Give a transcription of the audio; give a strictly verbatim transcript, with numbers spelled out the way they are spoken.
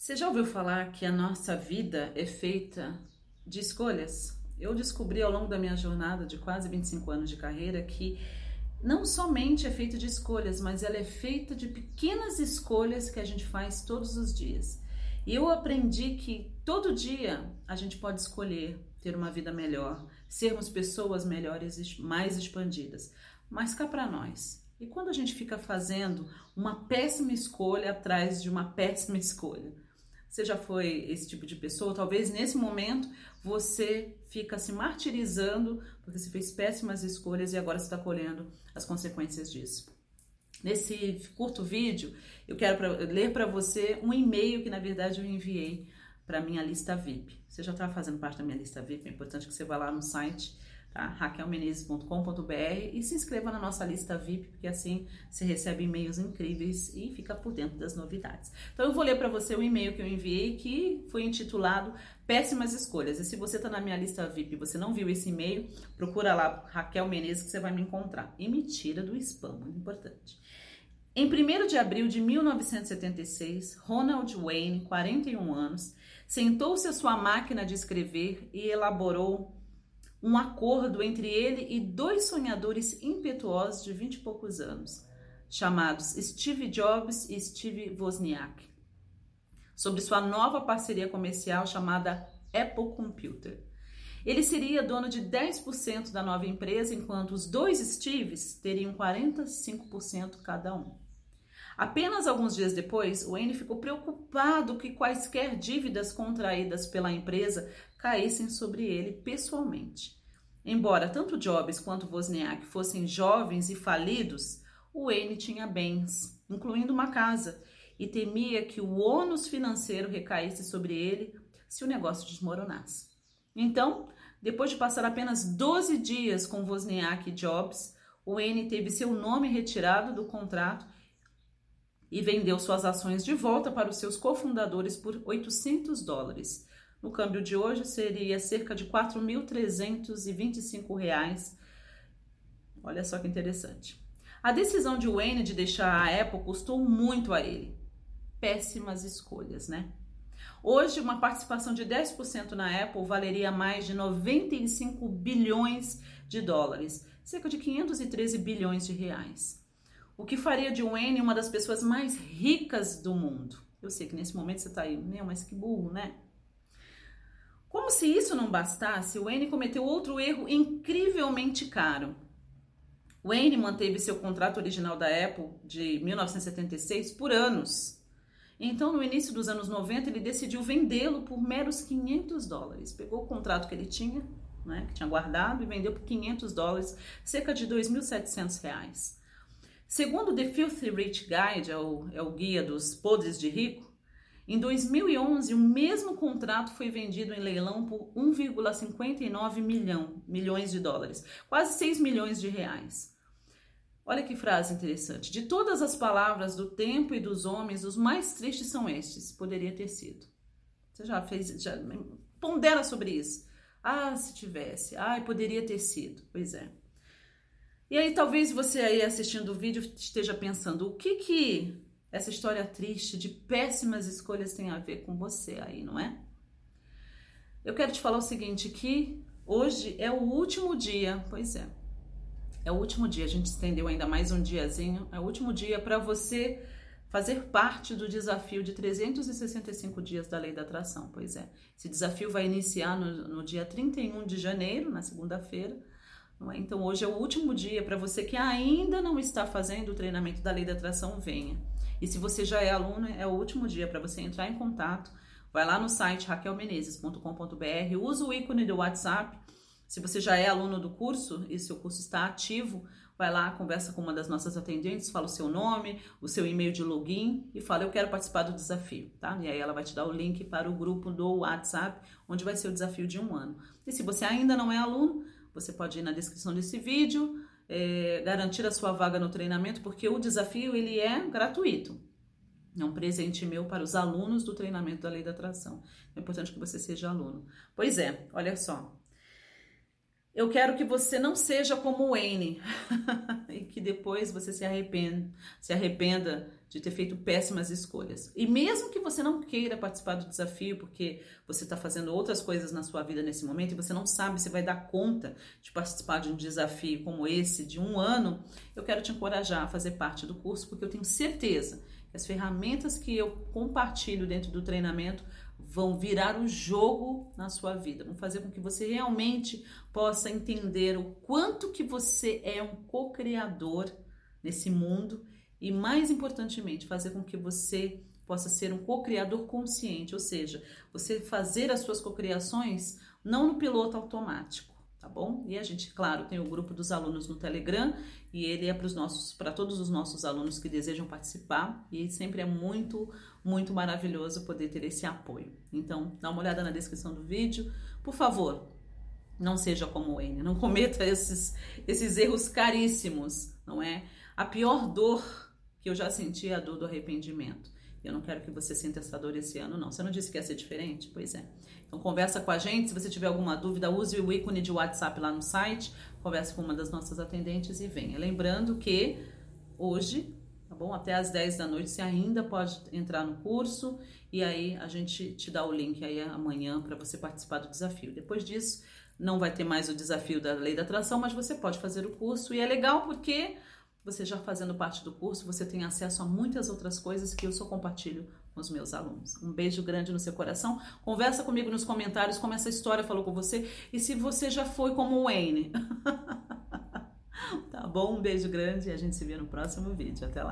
Você já ouviu falar que a nossa vida é feita de escolhas? Eu descobri ao longo da minha jornada de quase vinte e cinco anos de carreira que não somente é feita de escolhas, mas ela é feita de pequenas escolhas que a gente faz todos os dias. E eu aprendi que todo dia a gente pode escolher ter uma vida melhor, sermos pessoas melhores, mais expandidas. Mas cá para nós. E quando a gente fica fazendo uma péssima escolha atrás de uma péssima escolha? Você já foi esse tipo de pessoa? Talvez nesse momento você fica se martirizando porque você fez péssimas escolhas e agora você está colhendo as consequências disso. Nesse curto vídeo, eu quero pra, ler para você um e-mail que na verdade eu enviei para minha lista V I P. Você já está fazendo parte da minha lista V I P? É importante que você vá lá no site, tá? raquel menezes ponto com ponto br e se inscreva na nossa lista V I P, porque assim você recebe e-mails incríveis e fica por dentro das novidades. Então eu vou ler para você o e-mail que eu enviei, que foi intitulado Péssimas Escolhas. E se você está na minha lista V I P e você não viu esse e-mail, procura lá Raquel Menezes que você vai me encontrar. E me tira do spam, muito importante. Em primeiro de abril de mil novecentos e setenta e seis, Ronald Wayne, quarenta e um anos, sentou-se à sua máquina de escrever e elaborou um acordo entre ele e dois sonhadores impetuosos de vinte e poucos anos, chamados Steve Jobs e Steve Wozniak, sobre sua nova parceria comercial chamada Apple Computer. Ele seria dono de dez por cento da nova empresa, enquanto os dois Steves teriam quarenta e cinco por cento cada um. Apenas alguns dias depois, Wayne ficou preocupado que quaisquer dívidas contraídas pela empresa caíssem sobre ele pessoalmente. Embora tanto Jobs quanto Wozniak fossem jovens e falidos, Wayne tinha bens, incluindo uma casa, e temia que o ônus financeiro recaísse sobre ele se o negócio desmoronasse. Então, depois de passar apenas doze dias com Wozniak e Jobs, Wayne teve seu nome retirado do contrato e vendeu suas ações de volta para os seus cofundadores por oitocentos dólares. No câmbio de hoje, seria cerca de quatro mil trezentos e vinte e cinco reais. Olha só que interessante. A decisão de Wayne de deixar a Apple custou muito a ele. Péssimas escolhas, né? Hoje, uma participação de dez por cento na Apple valeria mais de noventa e cinco bilhões de dólares, cerca de quinhentos e treze bilhões de reais. O que faria de Wayne uma das pessoas mais ricas do mundo. Eu sei que nesse momento você está aí, meu, mas que burro, né? Como se isso não bastasse, Wayne cometeu outro erro incrivelmente caro. Wayne manteve seu contrato original da Apple de mil novecentos e setenta e seis por anos. Então, no início dos anos noventa, ele decidiu vendê-lo por meros quinhentos dólares. Pegou o contrato que ele tinha, né, que tinha guardado, e vendeu por quinhentos dólares, cerca de dois mil e setecentos reais. Segundo o The Filthy Rich Guide, é o, é o guia dos podres de rico, em dois mil e onze o mesmo contrato foi vendido em leilão por um vírgula cinquenta e nove milhão, milhões de dólares, quase seis milhões de reais. Olha que frase interessante. De todas as palavras do tempo e dos homens, os mais tristes são estes. Poderia ter sido. Você já fez, já pondera sobre isso. Ah, se tivesse. Ah, poderia ter sido. Pois é. E aí talvez você aí assistindo o vídeo esteja pensando, o que que essa história triste de péssimas escolhas tem a ver com você aí, não é? Eu quero te falar o seguinte, que hoje é o último dia, pois é, é o último dia, a gente estendeu ainda mais um diazinho, é o último dia para você fazer parte do desafio de trezentos e sessenta e cinco dias da Lei da Atração, pois é. Esse desafio vai iniciar no, no dia trinta e um de janeiro, na segunda-feira, não é? Então hoje é o último dia para você que ainda não está fazendo o treinamento da Lei da Atração, venha. E se você já é aluno, é o último dia para você entrar em contato. Vai lá no site raquel menezes ponto com ponto br, usa o ícone do WhatsApp. Se você já é aluno do curso e seu curso está ativo, vai lá, conversa com uma das nossas atendentes, fala o seu nome, o seu e-mail de login e fala, eu quero participar do desafio, tá? E aí ela vai te dar o link para o grupo do WhatsApp, onde vai ser o desafio de um ano. E se você ainda não é aluno, você pode ir na descrição desse vídeo, é, garantir a sua vaga no treinamento, porque o desafio ele é gratuito. É um presente meu para os alunos do treinamento da Lei da Atração. É importante que você seja aluno. Pois é, olha só. Eu quero que você não seja como o Wayne e que depois você se arrependa, se arrependa de ter feito péssimas escolhas. E mesmo que você não queira participar do desafio, porque você está fazendo outras coisas na sua vida nesse momento e você não sabe se vai dar conta de participar de um desafio como esse, de um ano, eu quero te encorajar a fazer parte do curso, porque eu tenho certeza que as ferramentas que eu compartilho dentro do treinamento vão virar o jogo na sua vida, vão fazer com que você realmente possa entender o quanto que você é um co-criador nesse mundo e, mais importantemente, fazer com que você possa ser um co-criador consciente, ou seja, você fazer as suas co-criações não no piloto automático, tá bom? E a gente, claro, tem o grupo dos alunos no Telegram e ele é para os nossos, para todos os nossos alunos que desejam participar e sempre é muito, muito maravilhoso poder ter esse apoio. Então, dá uma olhada na descrição do vídeo, por favor, não seja como o Wayne, não cometa esses, esses erros caríssimos, não é? A pior dor que eu já senti é a dor do arrependimento. Eu não quero que você sinta essa dor esse ano, não. Você não disse que ia ser diferente? Pois é. Então, conversa com a gente. Se você tiver alguma dúvida, use o ícone de WhatsApp lá no site. Converse com uma das nossas atendentes e venha. Lembrando que hoje, tá bom? Até às dez da noite, você ainda pode entrar no curso. E aí, a gente te dá o link aí amanhã para você participar do desafio. Depois disso, não vai ter mais o desafio da Lei da Atração, mas você pode fazer o curso. E é legal porque você já fazendo parte do curso, você tem acesso a muitas outras coisas que eu só compartilho com os meus alunos. Um beijo grande no seu coração. Conversa comigo nos comentários como essa história falou com você e se você já foi como o Wayne. Tá bom? Um beijo grande e a gente se vê no próximo vídeo. Até lá.